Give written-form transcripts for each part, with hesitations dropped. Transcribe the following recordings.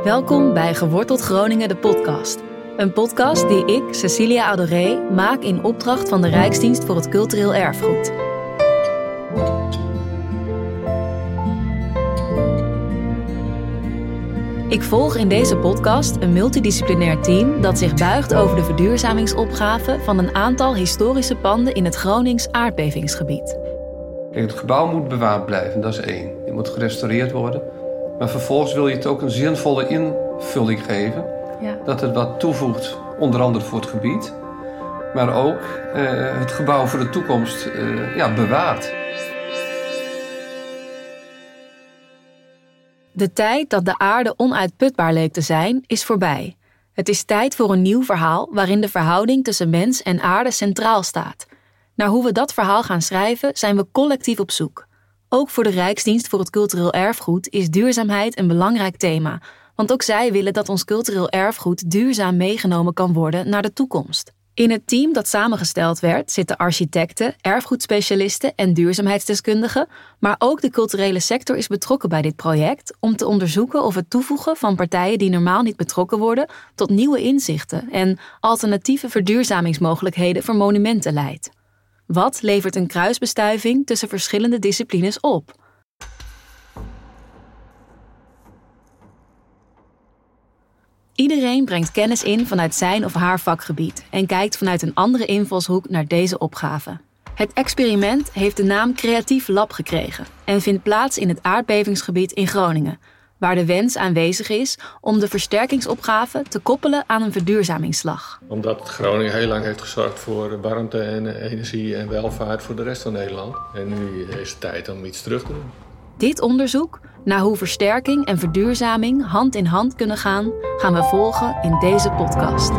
Welkom bij Geworteld Groningen, de podcast. Een podcast die ik, Cecilia Adoré, maak in opdracht van de Rijksdienst voor het Cultureel Erfgoed. Ik volg in deze podcast een multidisciplinair team dat zich buigt over de verduurzamingsopgave van een aantal historische panden in het Gronings aardbevingsgebied. Het gebouw moet bewaard blijven, dat is 1. Het moet gerestaureerd worden. Maar vervolgens wil je het ook een zinvolle invulling geven. Ja. Dat het wat toevoegt, onder andere voor het gebied. Maar ook het gebouw voor de toekomst bewaart. De tijd dat de aarde onuitputbaar leek te zijn, is voorbij. Het is tijd voor een nieuw verhaal waarin de verhouding tussen mens en aarde centraal staat. Naar hoe we dat verhaal gaan schrijven, zijn we collectief op zoek. Ook voor de Rijksdienst voor het Cultureel Erfgoed is duurzaamheid een belangrijk thema. Want ook zij willen dat ons cultureel erfgoed duurzaam meegenomen kan worden naar de toekomst. In het team dat samengesteld werd zitten architecten, erfgoedspecialisten en duurzaamheidsdeskundigen, maar ook de culturele sector is betrokken bij dit project om te onderzoeken of het toevoegen van partijen die normaal niet betrokken worden tot nieuwe inzichten en alternatieve verduurzamingsmogelijkheden voor monumenten leidt. Wat levert een kruisbestuiving tussen verschillende disciplines op? Iedereen brengt kennis in vanuit zijn of haar vakgebied en kijkt vanuit een andere invalshoek naar deze opgave. Het experiment heeft de naam Creatief Lab gekregen en vindt plaats in het aardbevingsgebied in Groningen, waar de wens aanwezig is om de versterkingsopgave te koppelen aan een verduurzamingsslag. Omdat Groningen heel lang heeft gezorgd voor warmte en energie en welvaart voor de rest van Nederland. En nu is het tijd om iets terug te doen. Dit onderzoek naar hoe versterking en verduurzaming hand in hand kunnen gaan we volgen in deze podcast.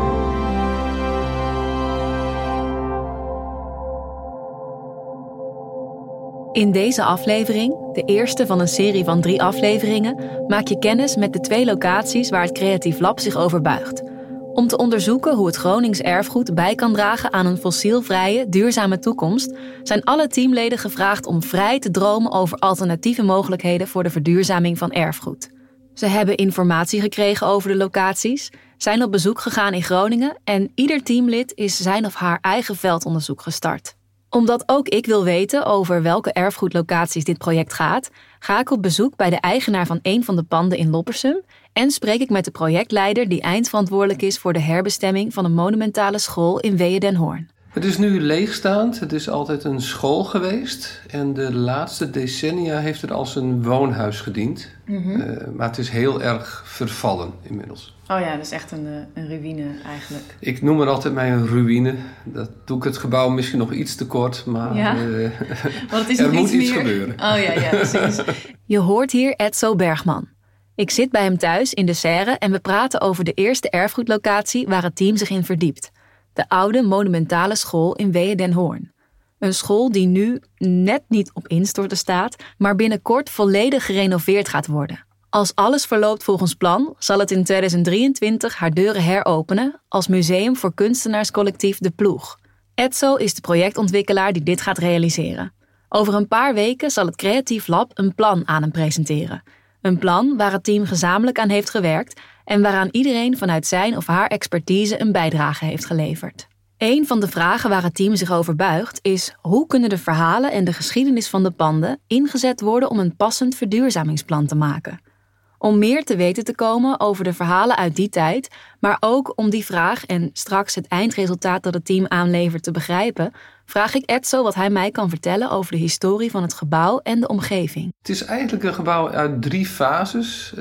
In deze aflevering, de eerste van een serie van 3 afleveringen, maak je kennis met de 2 locaties waar het Creatief Lab zich over buigt. Om te onderzoeken hoe het Gronings erfgoed bij kan dragen aan een fossielvrije, duurzame toekomst, zijn alle teamleden gevraagd om vrij te dromen over alternatieve mogelijkheden voor de verduurzaming van erfgoed. Ze hebben informatie gekregen over de locaties, zijn op bezoek gegaan in Groningen en ieder teamlid is zijn of haar eigen veldonderzoek gestart. Omdat ook ik wil weten over welke erfgoedlocaties dit project gaat, ga ik op bezoek bij de eigenaar van een van de panden in Loppersum en spreek ik met de projectleider die eindverantwoordelijk is voor de herbestemming van een monumentale school in Wehe-den Hoorn. Het is nu leegstaand. Het is altijd een school geweest. En de laatste decennia heeft het als een woonhuis gediend. Mm-hmm. Maar het is heel erg vervallen inmiddels. Oh ja, dat is echt een ruïne eigenlijk. Ik noem het altijd mijn ruïne. Dat doe ik het gebouw misschien nog iets te kort, maar ja? Want het is er moet iets meer gebeuren. Oh ja, precies. Je hoort hier Edso Bergman. Ik zit bij hem thuis in de serre en we praten over de eerste erfgoedlocatie waar het team zich in verdiept. De oude monumentale school in Wehe-den Hoorn. Een school die nu net niet op instorten staat, maar binnenkort volledig gerenoveerd gaat worden. Als alles verloopt volgens plan, zal het in 2023 haar deuren heropenen als museum voor kunstenaarscollectief De Ploeg. Edso is de projectontwikkelaar die dit gaat realiseren. Over een paar weken zal het Creatief Lab een plan aan hem presenteren. Een plan waar het team gezamenlijk aan heeft gewerkt en waaraan iedereen vanuit zijn of haar expertise een bijdrage heeft geleverd. Een van de vragen waar het team zich over buigt is: hoe kunnen de verhalen en de geschiedenis van de panden ingezet worden om een passend verduurzamingsplan te maken? Om meer te weten te komen over de verhalen uit die tijd, maar ook om die vraag en straks het eindresultaat dat het team aanlevert te begrijpen, vraag ik Edso wat hij mij kan vertellen over de historie van het gebouw en de omgeving. Het is eigenlijk een gebouw uit 3 fases.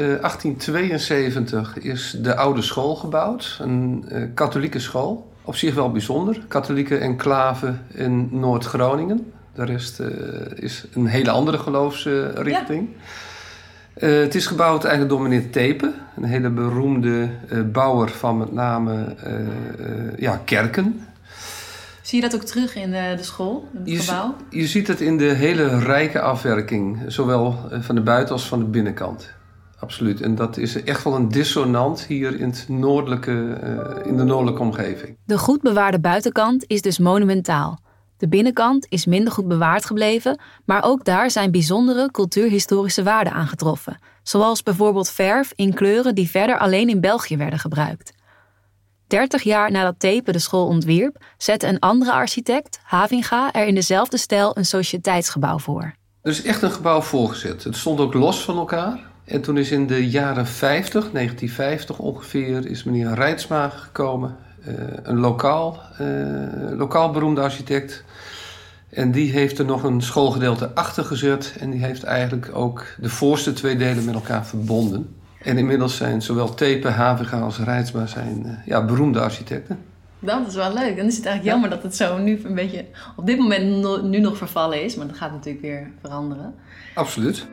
1872 is de oude school gebouwd, een katholieke school. Op zich wel bijzonder, katholieke enclave in Noord-Groningen. De rest is een hele andere geloofsrichting. Ja. Het is gebouwd eigenlijk door meneer Tepe, een hele beroemde bouwer van met name kerken. Zie je dat ook terug in de school, in het gebouw? Je ziet het in de hele rijke afwerking, zowel van de buiten- als van de binnenkant. Absoluut. En dat is echt wel een dissonant hier in in de noordelijke omgeving. De goed bewaarde buitenkant is dus monumentaal. De binnenkant is minder goed bewaard gebleven, maar ook daar zijn bijzondere cultuurhistorische waarden aangetroffen. Zoals bijvoorbeeld verf in kleuren die verder alleen in België werden gebruikt. 30 jaar nadat Tepe de school ontwierp, zette een andere architect, Havinga, er in dezelfde stijl een sociëteitsgebouw voor. Er is echt een gebouw voorgezet. Het stond ook los van elkaar. En toen is in de jaren 1950 ongeveer, is meneer Reitsma gekomen. Een lokaal beroemde architect. En die heeft er nog een schoolgedeelte achter gezet. En die heeft eigenlijk ook de voorste 2 delen met elkaar verbonden. En inmiddels zijn zowel Tepe, Havinga als Reitsma zijn beroemde architecten. Dat is wel leuk. Dan is het eigenlijk jammer dat het zo nu een beetje op dit moment nu nog vervallen is. Maar dat gaat natuurlijk weer veranderen. Absoluut.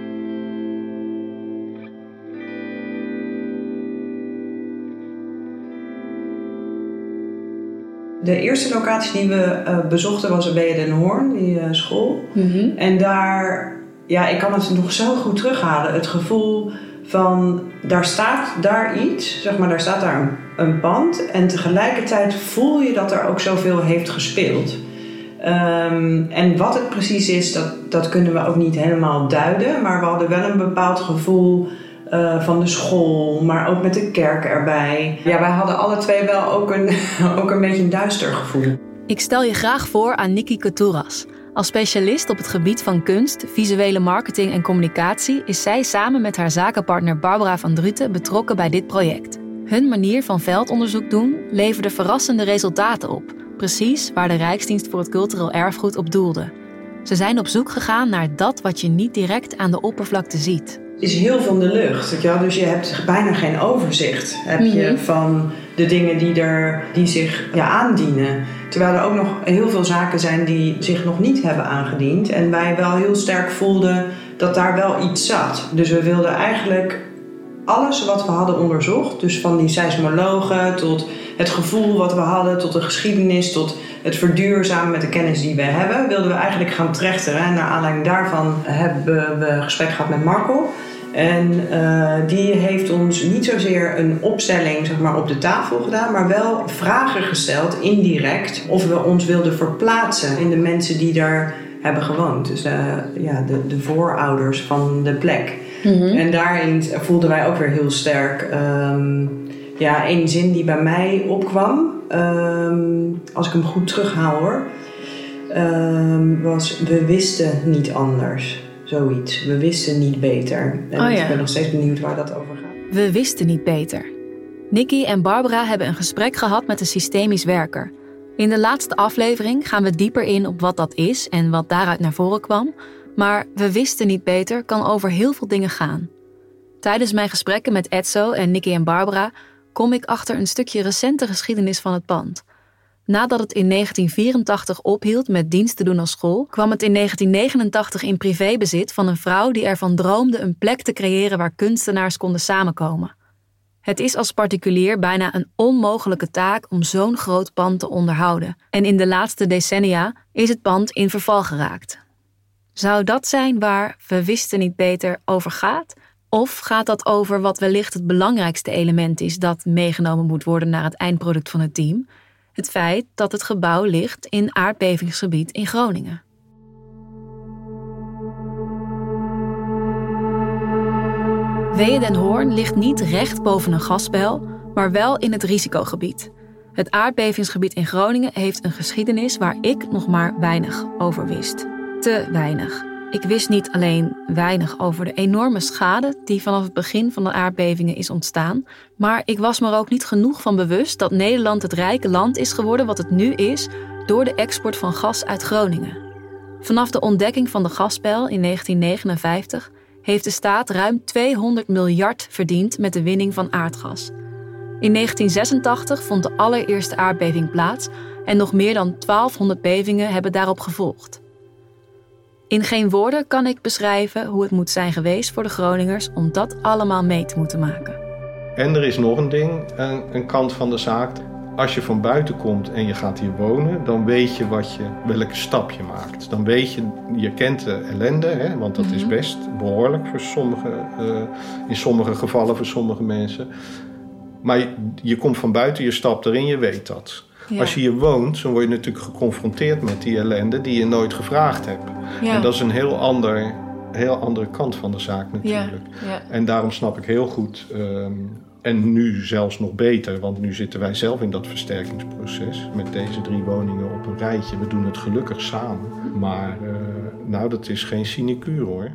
De eerste locatie die we bezochten was bij Den Hoorn, die school. Mm-hmm. En daar, ik kan het nog zo goed terughalen. Het gevoel van, daar staat daar iets, zeg maar, daar staat daar een pand. En tegelijkertijd voel je dat er ook zoveel heeft gespeeld. En wat het precies is, dat kunnen we ook niet helemaal duiden. Maar we hadden wel een bepaald gevoel van de school, maar ook met de kerk erbij. Ja, wij hadden alle twee wel ook een beetje een duister gevoel. Ik stel je graag voor aan Niki Katouras. Als specialist op het gebied van kunst, visuele marketing en communicatie is zij samen met haar zakenpartner Barbara van Druten betrokken bij dit project. Hun manier van veldonderzoek doen leverde verrassende resultaten op. Precies waar de Rijksdienst voor het Cultureel Erfgoed op doelde. Ze zijn op zoek gegaan naar dat wat je niet direct aan de oppervlakte ziet. Is heel van de lucht. Dus je hebt bijna geen overzicht je van de dingen die zich aandienen. Terwijl er ook nog heel veel zaken zijn die zich nog niet hebben aangediend. En wij wel heel sterk voelden dat daar wel iets zat. Dus we wilden eigenlijk alles wat we hadden onderzocht. Dus van die seismologen tot het gevoel wat we hadden, tot de geschiedenis, tot het verduurzamen met de kennis die we hebben, wilden we eigenlijk gaan trechteren. En naar aanleiding daarvan hebben we een gesprek gehad met Marco. En die heeft ons niet zozeer een opstelling op de tafel gedaan, maar wel vragen gesteld, indirect, of we ons wilden verplaatsen in de mensen die daar hebben gewoond. Dus de voorouders van de plek. Mm-hmm. En daarin voelden wij ook weer heel sterk één zin die bij mij opkwam, als ik hem goed terughaal hoor, was: we wisten niet anders. Zoiets. We wisten niet beter. En ik ben nog steeds benieuwd waar dat over gaat. We wisten niet beter. Niki en Barbara hebben een gesprek gehad met een systemisch werker. In de laatste aflevering gaan we dieper in op wat dat is en wat daaruit naar voren kwam. Maar we wisten niet beter kan over heel veel dingen gaan. Tijdens mijn gesprekken met Edzo en Niki en Barbara kom ik achter een stukje recente geschiedenis van het pand. Nadat het in 1984 ophield met dienst te doen als school, kwam het in 1989 in privébezit van een vrouw die ervan droomde een plek te creëren waar kunstenaars konden samenkomen. Het is als particulier bijna een onmogelijke taak om zo'n groot pand te onderhouden. En in de laatste decennia is het pand in verval geraakt. Zou dat zijn waar we wisten niet beter over gaat? Of gaat dat over wat wellicht het belangrijkste element is dat meegenomen moet worden naar het eindproduct van het team? Het feit dat het gebouw ligt in aardbevingsgebied in Groningen. Wehe-den Hoorn ligt niet recht boven een gaspeil, maar wel in het risicogebied. Het aardbevingsgebied in Groningen heeft een geschiedenis waar ik nog maar weinig over wist. Te weinig. Ik wist niet alleen weinig over de enorme schade die vanaf het begin van de aardbevingen is ontstaan, maar ik was me er ook niet genoeg van bewust dat Nederland het rijke land is geworden wat het nu is door de export van gas uit Groningen. Vanaf de ontdekking van de gaspeil in 1959 heeft de staat ruim 200 miljard verdiend met de winning van aardgas. In 1986 vond de allereerste aardbeving plaats en nog meer dan 1200 bevingen hebben daarop gevolgd. In geen woorden kan ik beschrijven hoe het moet zijn geweest voor de Groningers om dat allemaal mee te moeten maken. En er is nog een ding, een kant van de zaak. Als je van buiten komt en je gaat hier wonen, dan weet je welke stap je maakt. Dan weet je kent de ellende, want dat is best behoorlijk voor in sommige gevallen voor sommige mensen. Maar je komt van buiten, je stapt erin, je weet dat. Ja. Als je hier woont, dan word je natuurlijk geconfronteerd met die ellende die je nooit gevraagd hebt. Ja. En dat is een heel andere kant van de zaak natuurlijk. Ja. En daarom snap ik heel goed, en nu zelfs nog beter, want nu zitten wij zelf in dat versterkingsproces met deze 3 woningen op een rijtje. We doen het gelukkig samen, maar dat is geen sinecure hoor.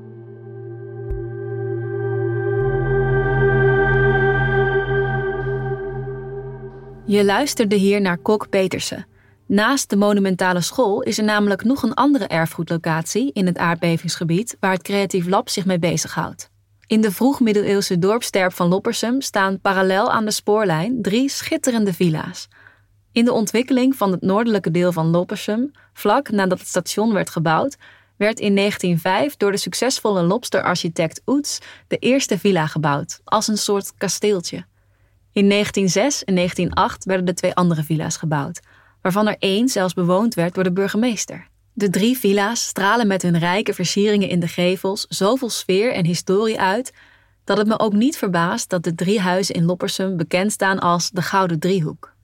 Je luisterde hier naar Kok Petersen. Naast de monumentale school is er namelijk nog een andere erfgoedlocatie in het aardbevingsgebied waar het Creatief Lab zich mee bezighoudt. In de vroegmiddeleeuwse dorpsterp van Loppersum staan parallel aan de spoorlijn 3 schitterende villa's. In de ontwikkeling van het noordelijke deel van Loppersum, vlak nadat het station werd gebouwd, werd in 1905 door de succesvolle Lopster-architect Oets de eerste villa gebouwd, als een soort kasteeltje. In 1906 en 1908 werden de 2 andere villa's gebouwd, waarvan er 1 zelfs bewoond werd door de burgemeester. De 3 villa's stralen met hun rijke versieringen in de gevels zoveel sfeer en historie uit, dat het me ook niet verbaast dat de 3 huizen in Loppersum bekend staan als de Gouden Driehoek.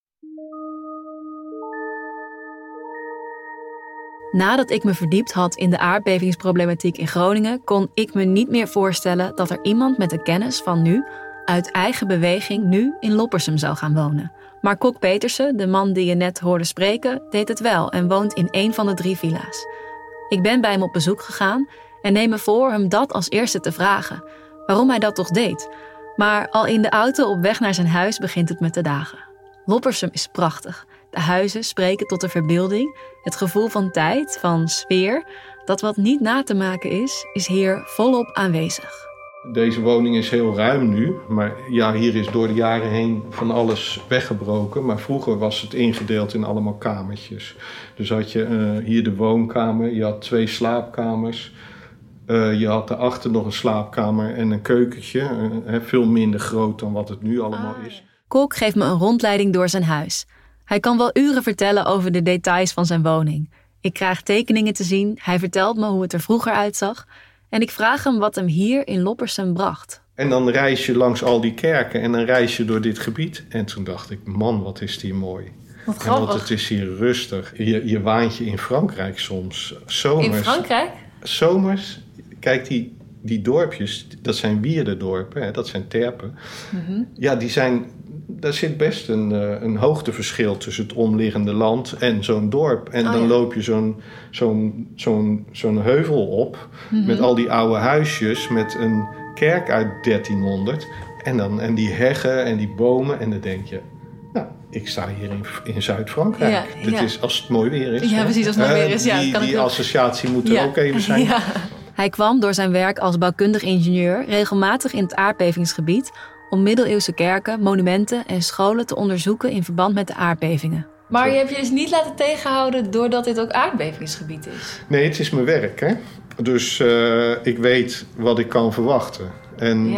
Nadat ik me verdiept had in de aardbevingsproblematiek in Groningen, kon ik me niet meer voorstellen dat er iemand met de kennis van nu uit eigen beweging nu in Loppersum zou gaan wonen. Maar Kok Petersen, de man die je net hoorde spreken, deed het wel en woont in 1 van de 3 villa's. Ik ben bij hem op bezoek gegaan en neem me voor hem dat als eerste te vragen, waarom hij dat toch deed. Maar al in de auto op weg naar zijn huis begint het me te dagen. Loppersum is prachtig. De huizen spreken tot de verbeelding. Het gevoel van tijd, van sfeer, dat wat niet na te maken is hier volop aanwezig. Deze woning is heel ruim nu, maar ja, hier is door de jaren heen van alles weggebroken. Maar vroeger was het ingedeeld in allemaal kamertjes. Dus had je hier de woonkamer, je had 2 slaapkamers. Je had daarachter nog een slaapkamer en een keukentje. Veel minder groot dan wat het nu allemaal is. Kok geeft me een rondleiding door zijn huis. Hij kan wel uren vertellen over de details van zijn woning. Ik krijg tekeningen te zien, hij vertelt me hoe het er vroeger uitzag. En ik vraag hem wat hem hier in Loppersum bracht. En dan reis je langs al die kerken en dan reis je door dit gebied. En toen dacht ik, man, wat is hier mooi. Wat grappig. Want het is hier rustig. Je waant je in Frankrijk soms. Zomers, In Frankrijk? Zomers, kijk die dorpjes, dat zijn wierdendorpen, hè, dat zijn terpen. Mm-hmm. Ja, daar zit best een hoogteverschil tussen het omliggende land en zo'n dorp. En dan loop je zo'n heuvel op met al die oude huisjes met een kerk uit 1300. En die heggen en die bomen. En dan denk je, nou, ik sta hier in Zuid-Frankrijk. Ja, Dit is als het mooi weer is. Ja, precies, als het mooi weer is. Ja, die associatie moet er ook even zijn. Ja. Hij kwam door zijn werk als bouwkundig ingenieur regelmatig in het aardbevingsgebied om middeleeuwse kerken, monumenten en scholen te onderzoeken in verband met de aardbevingen. Maar je hebt je dus niet laten tegenhouden doordat dit ook aardbevingsgebied is? Nee, het is mijn werk, hè. Dus ik weet wat ik kan verwachten. En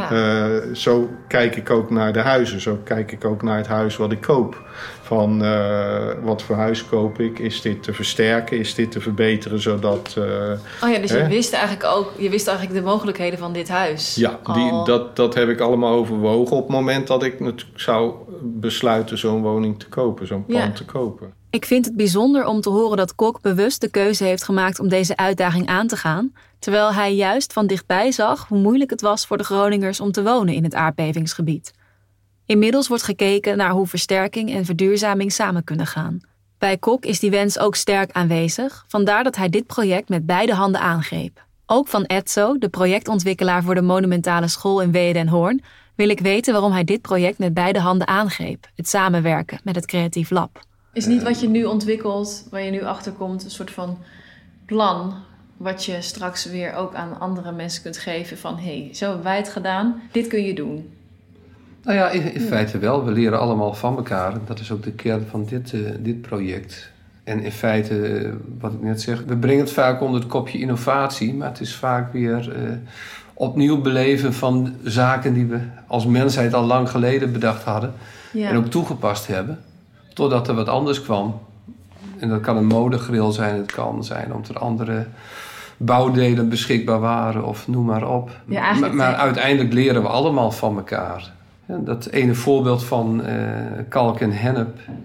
zo kijk ik ook naar de huizen. Zo kijk ik ook naar het huis wat ik koop. Van wat voor huis koop ik? Is dit te versterken? Is dit te verbeteren? Zodat... dus je wist eigenlijk de mogelijkheden van dit huis? Ja, dat heb ik allemaal overwogen op het moment dat ik natuurlijk zou besluiten zo'n woning te kopen. Zo'n pand te kopen. Ik vind het bijzonder om te horen dat Kok bewust de keuze heeft gemaakt om deze uitdaging aan te gaan, terwijl hij juist van dichtbij zag hoe moeilijk het was voor de Groningers om te wonen in het aardbevingsgebied. Inmiddels wordt gekeken naar hoe versterking en verduurzaming samen kunnen gaan. Bij Kok is die wens ook sterk aanwezig, vandaar dat hij dit project met beide handen aangreep. Ook van Etzo, de projectontwikkelaar voor de monumentale school in Wehe den Hoorn, wil ik weten waarom hij dit project met beide handen aangreep, het samenwerken met het Creatief Lab. Is niet wat je nu ontwikkelt, waar je nu achter komt, een soort van plan wat je straks weer ook aan andere mensen kunt geven van zo hebben wij het gedaan, dit kun je doen? Nou ja, in feite wel. We leren allemaal van elkaar. Dat is ook de kern van dit project. En in feite, wat ik net zeg, we brengen het vaak onder het kopje innovatie, maar het is vaak weer opnieuw beleven van zaken die we als mensheid al lang geleden bedacht hadden en ook toegepast hebben. Totdat er wat anders kwam. En dat kan een modegrill zijn, het kan zijn omdat er andere bouwdelen beschikbaar waren of noem maar op. Ja, maar uiteindelijk leren we allemaal van elkaar. Ja, dat ene voorbeeld van kalk en hennep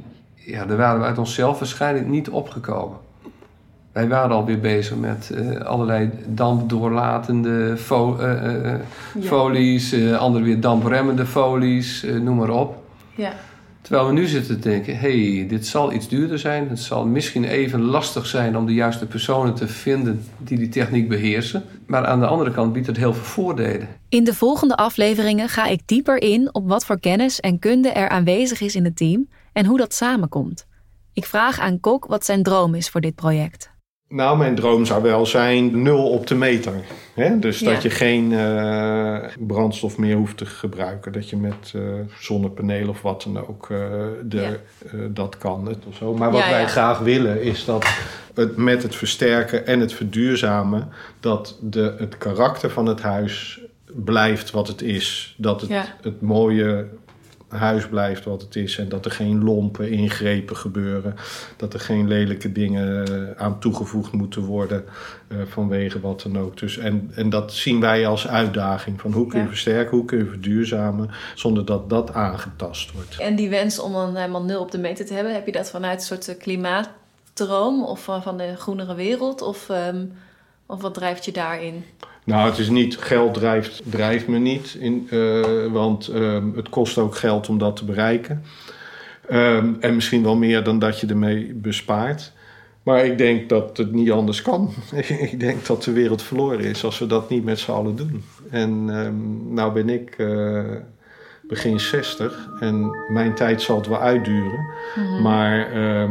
daar waren we uit onszelf waarschijnlijk niet opgekomen. Wij waren alweer bezig met allerlei dampdoorlatende folies, andere weer dampremmende folies, noem maar op. Ja. Terwijl we nu zitten te denken, dit zal iets duurder zijn. Het zal misschien even lastig zijn om de juiste personen te vinden die techniek beheersen. Maar aan de andere kant biedt het heel veel voordelen. In de volgende afleveringen ga ik dieper in op wat voor kennis en kunde er aanwezig is in het team en hoe dat samenkomt. Ik vraag aan Kok wat zijn droom is voor dit project. Nou, mijn droom zou wel zijn 0 op de meter. Hè? Dus dat je geen brandstof meer hoeft te gebruiken. Dat je met zonnepanelen of wat dan ook dat kan. Of zo. Maar wat wij graag willen is dat met het versterken en het verduurzamen... dat het karakter van het huis blijft wat het is. Dat het mooie huis blijft wat het is en dat er geen lompe ingrepen gebeuren. Dat er geen lelijke dingen aan toegevoegd moeten worden vanwege wat dan ook. Dus, en dat zien wij als uitdaging van hoe kun je versterken, hoe kun je verduurzamen zonder dat dat aangetast wordt. En die wens om dan helemaal 0 op de meter te hebben, heb je dat vanuit een soort klimaatdroom of van de groenere wereld of wat drijft je daarin? Nou, het is niet, geld drijft me niet, want het kost ook geld om dat te bereiken. En misschien wel meer dan dat je ermee bespaart. Maar ik denk dat het niet anders kan. Ik denk dat de wereld verloren is als we dat niet met z'n allen doen. En nou ben ik begin 60 en mijn tijd zal het wel uitduren. Mm-hmm. Maar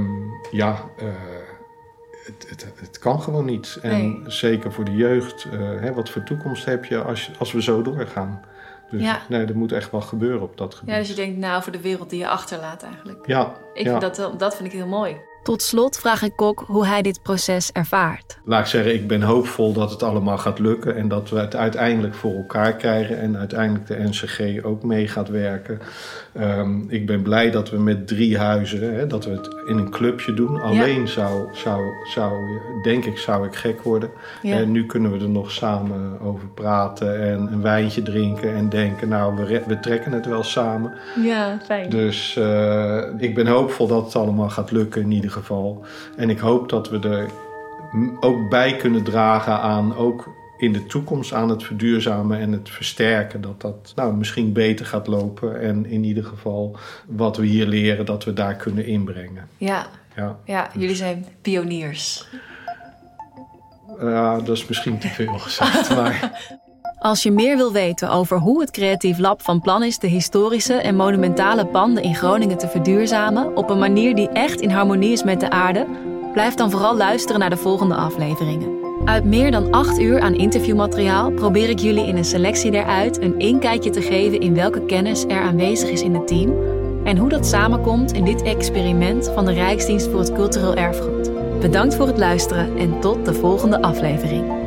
het kan gewoon niet. En zeker voor de jeugd, wat voor toekomst heb je als we zo doorgaan? Dus er moet echt wel gebeuren op dat gebied. Ja, dus je denkt voor de wereld die je achterlaat eigenlijk. Ja. Dat vind ik heel mooi. Tot slot vraag ik Kok hoe hij dit proces ervaart. Laat ik zeggen, ik ben hoopvol dat het allemaal gaat lukken en dat we het uiteindelijk voor elkaar krijgen en uiteindelijk de NCG ook mee gaat werken. Ik ben blij dat we met 3 huizen, dat we het in een clubje doen. Alleen zou ik gek worden. Ja. En nu kunnen we er nog samen over praten en een wijntje drinken en denken, we trekken het wel samen. Ja, fijn. Dus ik ben hoopvol dat het allemaal gaat lukken in ieder geval. En ik hoop dat we er ook bij kunnen dragen aan, ook in de toekomst, aan het verduurzamen en het versterken. Dat misschien beter gaat lopen. En in ieder geval wat we hier leren, dat we daar kunnen inbrengen. Ja, jullie zijn pioniers. Dat is misschien te veel gezegd, maar... Als je meer wil weten over hoe het Creatief Lab van plan is de historische en monumentale panden in Groningen te verduurzamen op een manier die echt in harmonie is met de aarde, blijf dan vooral luisteren naar de volgende afleveringen. Uit meer dan 8 uur aan interviewmateriaal probeer ik jullie in een selectie eruit een inkijkje te geven in welke kennis er aanwezig is in het team en hoe dat samenkomt in dit experiment van de Rijksdienst voor het Cultureel Erfgoed. Bedankt voor het luisteren en tot de volgende aflevering.